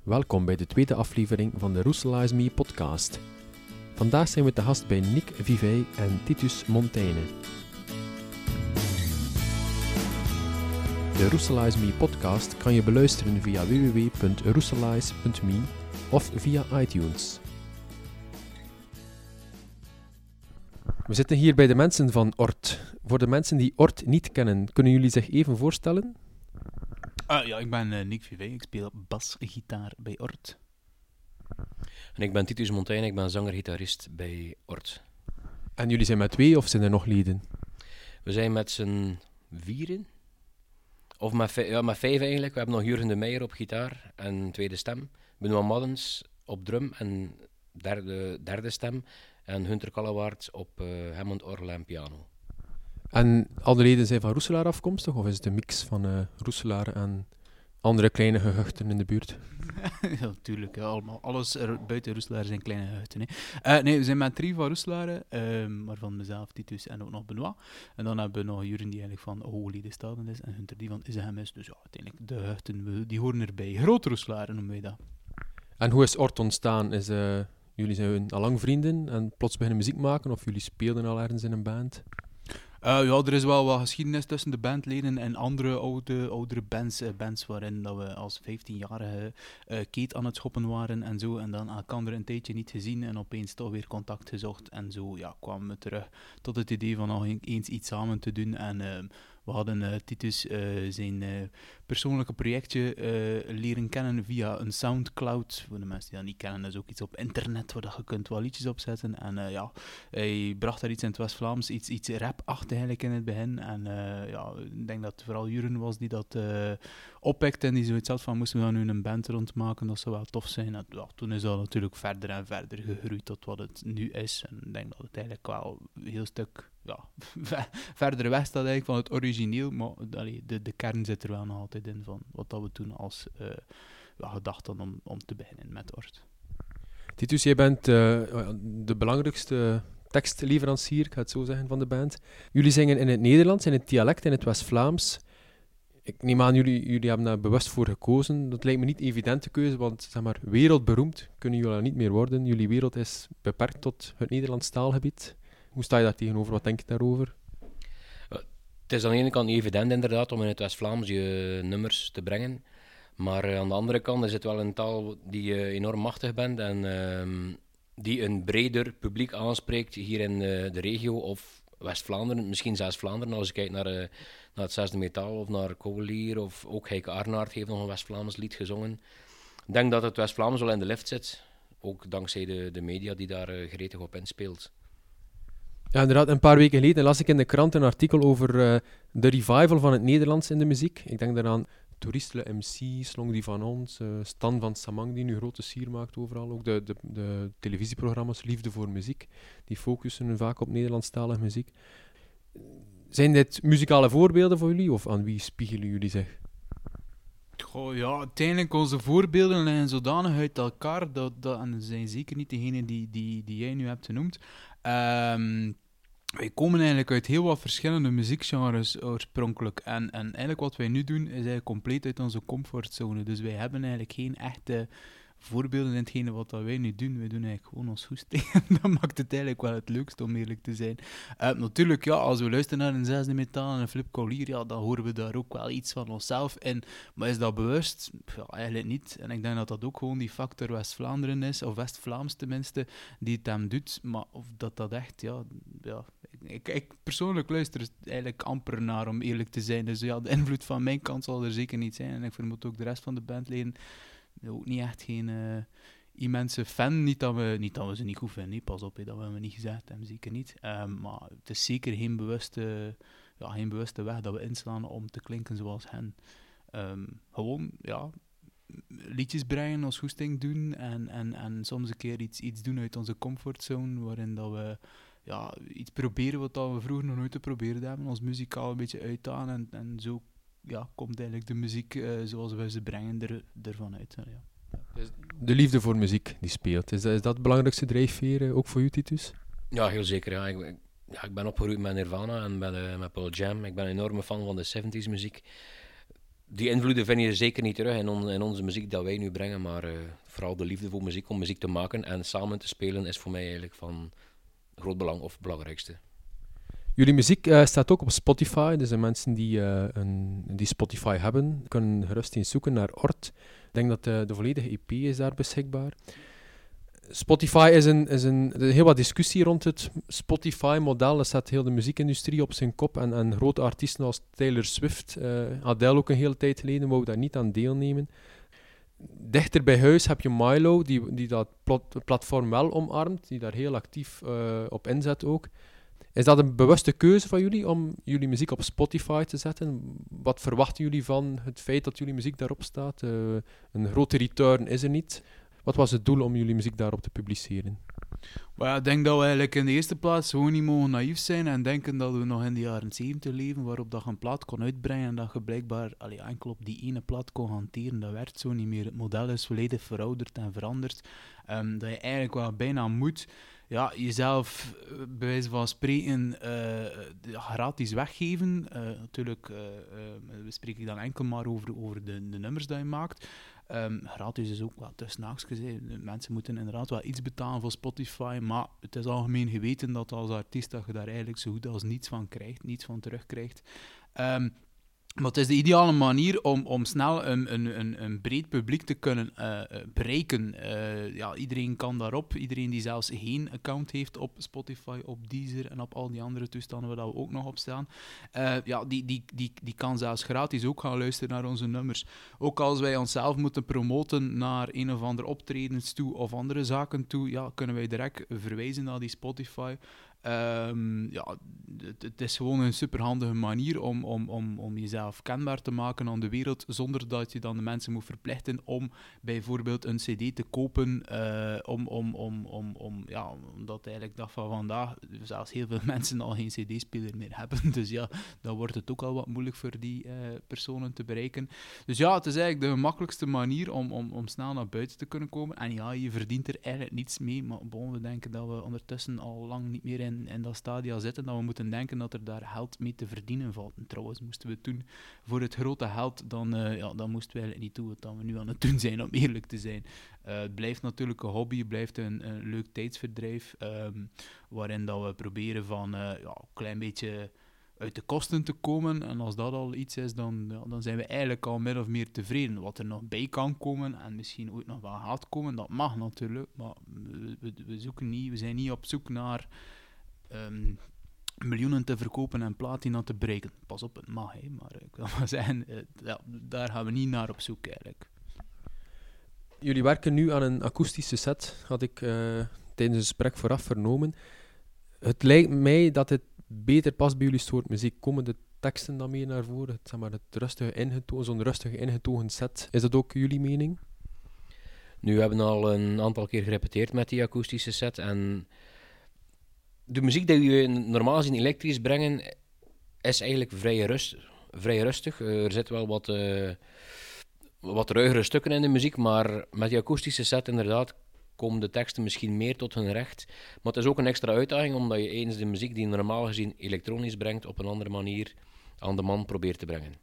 Welkom bij de tweede aflevering van de Roeselaars Me podcast. Vandaag zijn we te gast bij Nick Vivey en Titus Montaigne. De Roeselaars Me podcast kan je beluisteren via www.roeselaars.me of via iTunes. We zitten hier bij de mensen van Ort. Voor de mensen die Ort niet kennen, kunnen jullie zich even voorstellen? Ik ben Nick Vivey, ik speel basgitaar bij Ort. En ik ben Titus Montaigne, ik ben zanger-gitarist bij Ort. En jullie zijn met 2 of zijn er nog leden? We zijn met z'n 4. Of met 5 eigenlijk. We hebben nog Jurgen de Meijer op gitaar en tweede stem. Benoît Maddens op drum en derde stem. En Hunter Kallewaard op Hammond orgel en piano. En alle leden zijn van Roeselaar afkomstig? Of is het een mix van Roeselaar en andere kleine gehuchten in de buurt? Ja, natuurlijk. Allemaal. Alles buiten Roeselaar zijn kleine gehuchten. Nee, we zijn met 3 van Roeselaar, waarvan mezelf, Titus en ook nog Benoît. En dan hebben we nog Jurgen die eigenlijk van Hoogelieden Staden is en Hunter die van Isegem is. Dus ja, uiteindelijk de gehuchten, die horen erbij. Groot Roeselaar noemen wij dat. En hoe is Ort ontstaan? Jullie zijn al lang vrienden en plots beginnen muziek maken? Of jullie speelden al ergens in een band? Er is wel wat geschiedenis tussen de bandleden en andere oudere bands waarin dat we als 15-jarige keet aan het schoppen waren en zo. En dan elkaar een tijdje niet gezien en opeens toch weer contact gezocht. En zo kwamen we terug tot het idee van nog eens iets samen te doen. En we hadden Titus zijn persoonlijke projectje leren kennen via een Soundcloud. Voor de mensen die dat niet kennen, dat is ook iets op internet waar je kunt wel liedjes opzetten. En hij bracht daar iets in het West-Vlaams, iets rap-achtig eigenlijk in het begin. En ik denk dat het vooral Juren was die dat oppikte en die zoiets had van, moesten we dan nu een band rondmaken, dat zou wel tof zijn. En, toen is dat natuurlijk verder en verder gegroeid tot wat het nu is. En ik denk dat het eigenlijk wel een heel stuk verder weg staat eigenlijk van het origineel, maar de kern zit er wel nog altijd in van wat dat we toen als gedacht hadden om te beginnen met Ort. Titus, jij bent de belangrijkste tekstleverancier, ik ga het zo zeggen, van de band. Jullie zingen in het Nederlands, in het dialect, in het West-Vlaams. Ik neem aan, jullie hebben daar bewust voor gekozen. Dat lijkt me niet een evidente keuze, want zeg maar, wereldberoemd kunnen jullie niet meer worden. Jullie wereld is beperkt tot het Nederlands taalgebied. Hoe sta je daar tegenover? Wat denk je daarover? Het is aan de ene kant niet evident inderdaad om in het West-Vlaams je nummers te brengen. Maar aan de andere kant is het wel een taal die je enorm machtig bent en die een breder publiek aanspreekt hier in de regio of West-Vlaanderen, misschien zelfs Vlaanderen. Als je kijkt naar het Zesde Metaal of naar Kogelier of ook Heike Arnaert heeft nog een West-Vlaams lied gezongen. Ik denk dat het West-Vlaams wel in de lift zit, ook dankzij de media die daar gretig op inspeelt. Ja, inderdaad. Een paar weken geleden las ik in de krant een artikel over de revival van het Nederlands in de muziek. Ik denk daaraan Toeriste MC, Slong die van ons, Stan van Samang die nu grote sier maakt overal. Ook de televisieprogramma's Liefde voor Muziek, die focussen vaak op Nederlandstalige muziek. Zijn dit muzikale voorbeelden voor jullie of aan wie spiegelen jullie zich? Uiteindelijk onze voorbeelden liggen zodanig uit elkaar, en dat zijn zeker niet degenen die jij nu hebt genoemd. Wij komen eigenlijk uit heel wat verschillende muziekgenres oorspronkelijk. En eigenlijk wat wij nu doen, is eigenlijk compleet uit onze comfortzone. Dus wij hebben eigenlijk geen echte voorbeelden in hetgene wat dat wij nu doen. Wij doen eigenlijk gewoon ons goesting. Dat maakt het eigenlijk wel het leukst, om eerlijk te zijn. Natuurlijk, als we luisteren naar een Zesde Metaal en een Flip Kogelier, dan horen we daar ook wel iets van onszelf in. Maar is dat bewust? Eigenlijk niet. En ik denk dat dat ook gewoon die factor West-Vlaanderen is, of West-Vlaams tenminste, die het hem doet. Maar of dat echt, Ik persoonlijk luister eigenlijk amper naar, om eerlijk te zijn. Dus de invloed van mijn kant zal er zeker niet zijn. En ik vermoed ook de rest van de bandleden ook niet echt geen immense fan. Niet dat we ze niet goed vinden. Nee, pas op, dat hebben we niet gezegd. Hem zeker niet. Maar het is zeker geen bewuste weg dat we inslaan om te klinken zoals hen. Gewoon, liedjes brengen, ons goesting doen en soms een keer iets doen uit onze comfortzone, waarin dat we iets proberen wat we vroeger nog nooit geprobeerd hebben, ons muzikaal een beetje uitdaan en zo komt eigenlijk de muziek zoals we ze brengen ervan uit. De liefde voor muziek die speelt, is dat het belangrijkste drijfveer ook voor u, Titus? Ja, heel zeker. Ja. Ik ben opgegroeid met Nirvana en met Pearl Jam. Ik ben een enorme fan van de 70s muziek. die invloeden vind je zeker niet terug in onze muziek dat wij nu brengen, maar vooral de liefde voor muziek, om muziek te maken en samen te spelen, is voor mij eigenlijk van groot belang of het belangrijkste. Jullie muziek staat ook op Spotify, dus de mensen die Spotify hebben, kunnen gerust eens zoeken naar Ort. Ik denk dat de volledige EP is daar beschikbaar. Spotify is er heel wat discussie rond het Spotify-model. Dat zet heel de muziekindustrie op zijn kop. En grote artiesten als Taylor Swift, Adele ook een hele tijd geleden, wou daar niet aan deelnemen. Dichter bij huis heb je Milo, die dat platform wel omarmt, die daar heel actief op inzet ook. Is dat een bewuste keuze van jullie om jullie muziek op Spotify te zetten? Wat verwachten jullie van het feit dat jullie muziek daarop staat? Een grote return is er niet. Wat was het doel om jullie muziek daarop te publiceren? Maar ja, ik denk dat we eigenlijk in de eerste plaats gewoon niet mogen naïef zijn en denken dat we nog in de jaren 70 leven, waarop dat je een plaat kon uitbrengen en dat je blijkbaar enkel op die ene plaat kon hanteren. Dat werkt zo niet meer. Het model is volledig verouderd en veranderd. Dat je eigenlijk wel bijna moet jezelf, bij wijze van spreken, gratis weggeven. Natuurlijk spreek ik dan enkel maar over de nummers die je maakt. Gratis is ook wel tussen haakjes. Mensen moeten inderdaad wel iets betalen voor Spotify, maar het is algemeen geweten dat als artiest dat je daar eigenlijk zo goed als niets van krijgt, niets van terugkrijgt. Maar het is de ideale manier om snel een breed publiek te kunnen bereiken. Iedereen kan daarop. Iedereen die zelfs geen account heeft op Spotify, op Deezer en op al die andere toestanden waar we ook nog op staan. Die kan zelfs gratis ook gaan luisteren naar onze nummers. Ook als wij onszelf moeten promoten naar een of andere optredens toe of andere zaken toe, kunnen wij direct verwijzen naar die Spotify. Het is gewoon een superhandige manier om jezelf kenbaar te maken aan de wereld, zonder dat je dan de mensen moet verplichten om bijvoorbeeld een cd te kopen, omdat eigenlijk dag van vandaag zelfs heel veel mensen al geen cd-speler meer hebben. Dus dan wordt het ook al wat moeilijk voor die personen te bereiken. Dus het is eigenlijk de gemakkelijkste manier om snel naar buiten te kunnen komen. En je verdient er eigenlijk niets mee, maar we denken dat we ondertussen al lang niet meer in dat stadia zitten, dat we moeten denken dat er daar geld mee te verdienen valt. En trouwens, moesten we het doen voor het grote geld, dan moesten we eigenlijk niet doen wat we nu aan het doen zijn, om eerlijk te zijn. Het blijft natuurlijk een hobby, het blijft een leuk tijdsverdrijf, waarin dat we proberen van een klein beetje uit de kosten te komen. En als dat al iets is, dan zijn we eigenlijk al min of meer tevreden. Wat er nog bij kan komen en misschien ooit nog wel gaat komen, dat mag natuurlijk, maar we zijn niet op zoek naar miljoenen te verkopen en platina te bereiken. Pas op, het mag, maar ik wil maar zeggen, daar gaan we niet naar op zoek eigenlijk. Jullie werken nu aan een akoestische set, had ik tijdens het gesprek vooraf vernomen. Het lijkt mij dat het beter past bij jullie soort muziek. Komen de teksten dan meer naar voren? Zo'n rustige ingetogen set. Is dat ook jullie mening? Nu, we hebben al een aantal keer gerepeteerd met die akoestische set en de muziek die we normaal gezien elektrisch brengen, is eigenlijk vrij rustig. Er zitten wel wat ruigere stukken in de muziek, maar met die akoestische set inderdaad komen de teksten misschien meer tot hun recht. Maar het is ook een extra uitdaging, omdat je eens de muziek die je normaal gezien elektronisch brengt, op een andere manier aan de man probeert te brengen.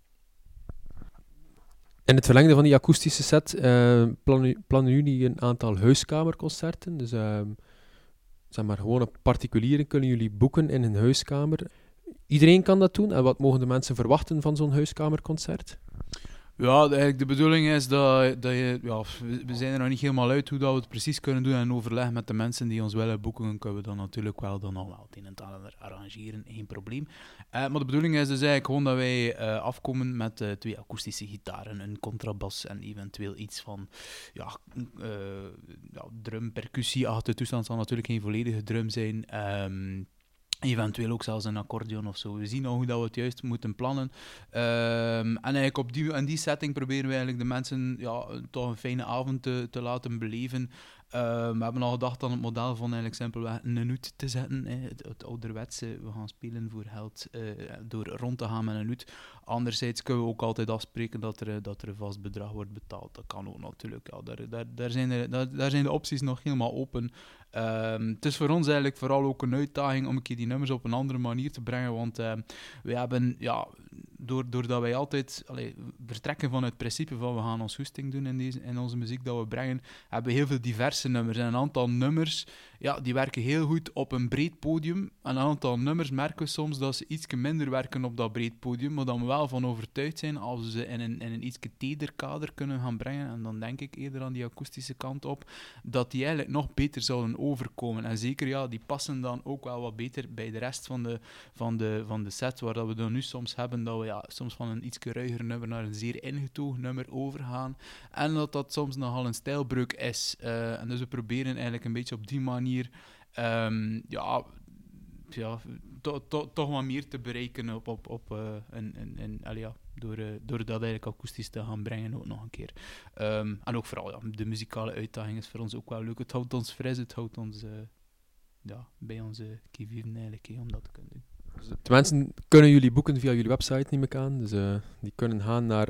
In het verlengde van die akoestische set plannen jullie een aantal huiskamerconcerten. Dus gewone particulieren kunnen jullie boeken in een huiskamer. Iedereen kan dat doen. En wat mogen de mensen verwachten van zo'n huiskamerconcert? Ja, eigenlijk de bedoeling is dat je... we zijn er nog niet helemaal uit hoe dat we het precies kunnen doen. En in overleg met de mensen die ons willen boeken, kunnen we dan natuurlijk wel het een en ander arrangeren. Geen probleem. Maar de bedoeling is dus eigenlijk gewoon dat wij afkomen met 2 akoestische gitaren, een contrabas en eventueel iets van drum, percussie-achtige toestand. zal natuurlijk geen volledige drum zijn. Eventueel ook zelfs een accordeon of zo. We zien al hoe dat we het juist moeten plannen. En eigenlijk in die setting proberen we eigenlijk de mensen toch een fijne avond te laten beleven. We hebben al gedacht aan het model van eigenlijk simpelweg een hoed te zetten. Het ouderwetse, we gaan spelen voor geld door rond te gaan met een hoed. Anderzijds kunnen we ook altijd afspreken dat er een vast bedrag wordt betaald. Dat kan ook natuurlijk. Daar zijn de opties nog helemaal open. Het is voor ons eigenlijk vooral ook een uitdaging om een keer die nummers op een andere manier te brengen, want we hebben doordat wij altijd vertrekken van het principe van we gaan ons hoesting doen in onze muziek dat we brengen, hebben we heel veel diverse nummers. En een aantal nummers, die werken heel goed op een breed podium. En een aantal nummers merken we soms dat ze iets minder werken op dat breed podium, maar dat we wel van overtuigd zijn als we ze in een iets teder kader kunnen gaan brengen. En dan denk ik eerder aan die akoestische kant op, dat die eigenlijk nog beter zouden overkomen. En zeker, die passen dan ook wel wat beter bij de rest van de set, waar dat we dan nu soms hebben, dat we soms van een iets ruiger nummer naar een zeer ingetogen nummer overgaan. En dat soms nogal een stijlbreuk is. En dus we proberen eigenlijk een beetje op die manier toch wat meer te bereiken door dat eigenlijk akoestisch te gaan brengen ook nog een keer. En ook vooral, de muzikale uitdaging is voor ons ook wel leuk. Het houdt ons fris, het houdt ons bij onze kievieren eigenlijk, om dat te kunnen doen. De mensen kunnen jullie boeken via jullie website, neem ik aan. Dus die kunnen gaan naar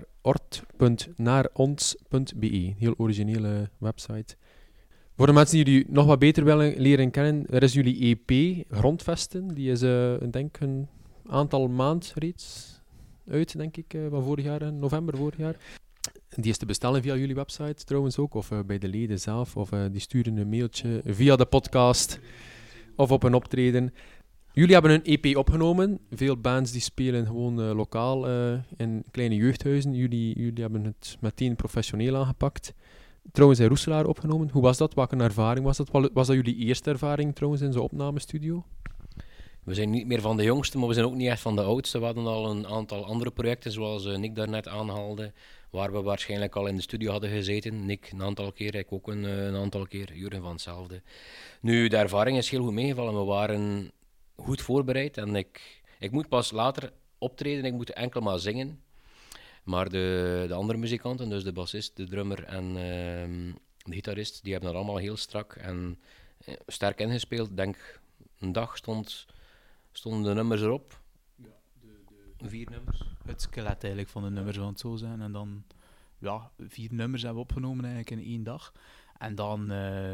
ort.naarons.be. Heel originele website. Voor de mensen die jullie nog wat beter willen leren kennen, er is jullie EP, Grondvesten. Die is, ik denk, een aantal maanden reeds uit, denk ik, van vorig jaar, november vorig jaar. Die is te bestellen via jullie website trouwens ook, of bij de leden zelf, of die sturen een mailtje via de podcast, of op een optreden. Jullie hebben een EP opgenomen. Veel bands die spelen gewoon lokaal in kleine jeugdhuizen. Jullie hebben het meteen professioneel aangepakt. Trouwens in Roeselaar opgenomen. Hoe was dat? Welke ervaring was dat? Was dat jullie eerste ervaring trouwens in zo'n opnamestudio? We zijn niet meer van de jongste, maar we zijn ook niet echt van de oudste. We hadden al een aantal andere projecten, zoals Nick daarnet aanhaalde, waar we waarschijnlijk al in de studio hadden gezeten. Nick een aantal keer, ik ook een aantal keer. Jurgen van hetzelfde. Nu, de ervaring is heel goed meegevallen. We waren goed voorbereid en ik moet pas later optreden, ik moet enkel maar zingen. Maar de andere muzikanten, dus de bassist, de drummer en de gitarist, die hebben dat allemaal heel strak en sterk ingespeeld. Ik denk, een dag stonden de nummers erop. Ja, 4 nummers. Het skelet eigenlijk van de nummers, zal het zo zijn. En dan 4 nummers hebben we opgenomen eigenlijk in 1 dag. En dan,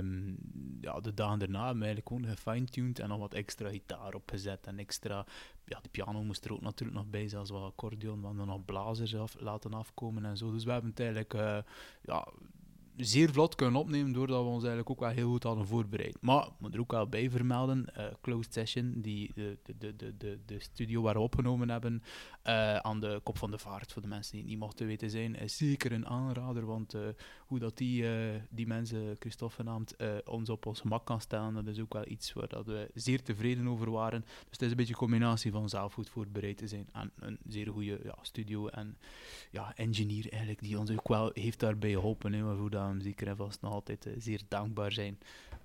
de dagen daarna hebben we eigenlijk gewoon gefine-tuned en nog wat extra gitaar opgezet. En extra, de piano moest er ook natuurlijk nog bij, zelfs wat accordeon, we hadden nog blazers laten afkomen en zo. Dus we hebben het eigenlijk zeer vlot kunnen opnemen, doordat we ons eigenlijk ook wel heel goed hadden voorbereid. Maar, ik moet er ook wel bij vermelden, Closed Session, de studio waar we opgenomen hebben, aan de kop van de vaart, voor de mensen die het niet mochten weten zijn, is zeker een aanrader, want hoe dat die mensen, Christophe genaamd, ons op ons gemak kan stellen, dat is ook wel iets waar dat we zeer tevreden over waren. Dus het is een beetje een combinatie van zelf goed voorbereid te zijn en een zeer goede studio en engineer eigenlijk, die ons ook wel heeft daarbij geholpen, waarvoor dat we zeker en vast nog altijd zeer dankbaar zijn.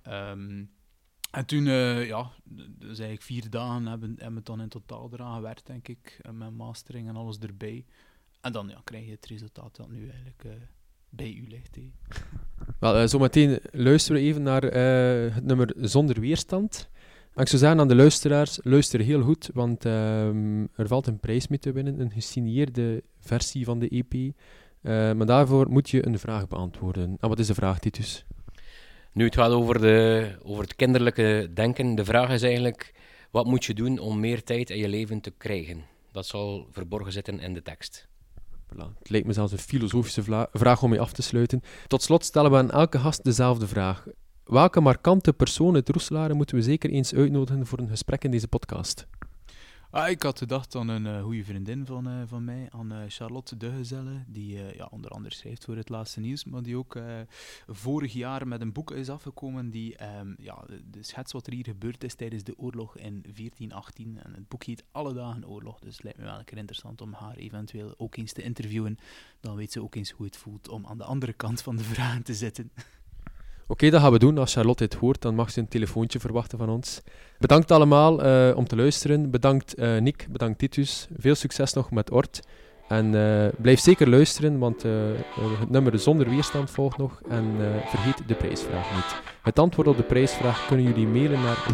En toen, dus eigenlijk 4 dagen hebben we dan in totaal eraan gewerkt, denk ik, met mastering en alles erbij. En dan krijg je het resultaat dat nu eigenlijk bij u ligt. Wel, zometeen luisteren we even naar het nummer Zonder Weerstand. Maar ik zou zeggen aan de luisteraars, luister heel goed, want er valt een prijs mee te winnen, een gesigneerde versie van de EP. Maar daarvoor moet je een vraag beantwoorden. En wat is de vraag, Titus? Nu, het gaat over het kinderlijke denken. De vraag is eigenlijk, wat moet je doen om meer tijd in je leven te krijgen? Dat zal verborgen zitten in de tekst. Voilà. Het lijkt me zelfs een filosofische vraag om mee af te sluiten. Tot slot stellen we aan elke gast dezelfde vraag. Welke markante persoon uit Roeselare moeten we zeker eens uitnodigen voor een gesprek in deze podcast? Ik had gedacht aan een goede vriendin van mij, aan Charlotte de Gezelle, die onder andere schrijft voor Het Laatste Nieuws, maar die ook vorig jaar met een boek is afgekomen die de schets wat er hier gebeurd is tijdens de oorlog in 1418. En het boek heet Alle Dagen Oorlog, dus het lijkt me wel een keer interessant om haar eventueel ook eens te interviewen. Dan weet ze ook eens hoe het voelt om aan de andere kant van de vragen te zitten. Oké, dat gaan we doen. Als Charlotte dit hoort, dan mag ze een telefoontje verwachten van ons. Bedankt allemaal om te luisteren. Bedankt Nick, bedankt Titus. Veel succes nog met Ort. En blijf zeker luisteren, want het nummer Zonder Weerstand volgt nog. En vergeet de prijsvraag niet. Het antwoord op de prijsvraag kunnen jullie mailen naar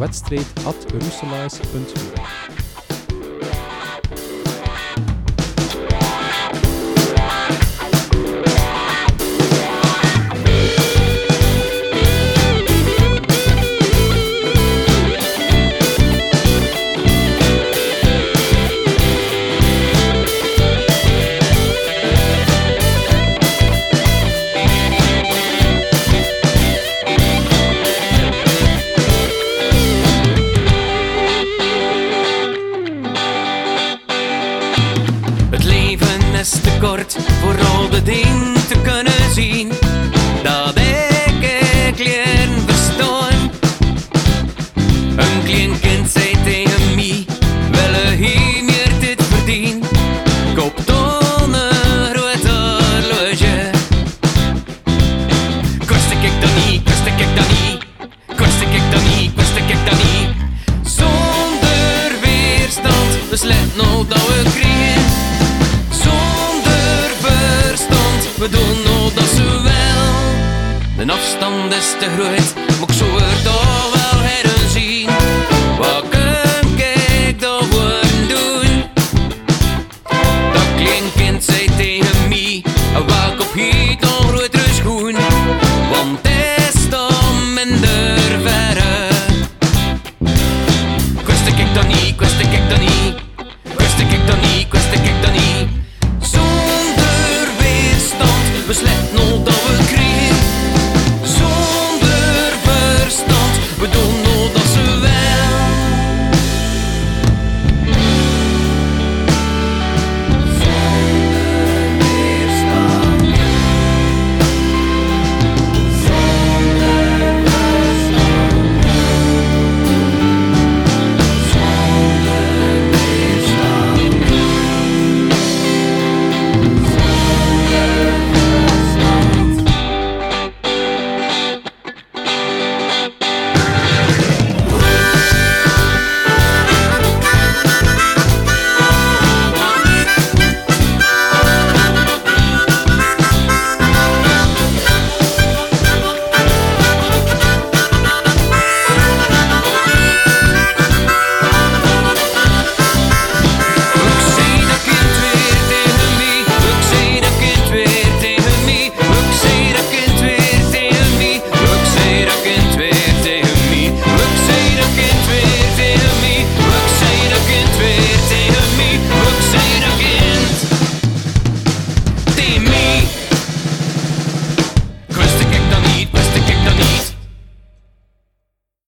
wedstrijd@roeselaars.be. De afstand is te groot, maar ik zou er toch wel herzien. Wat kun ik daar worden doen? Dat klein kind zei tegen mij, welk op hier dan grotere schoen. Want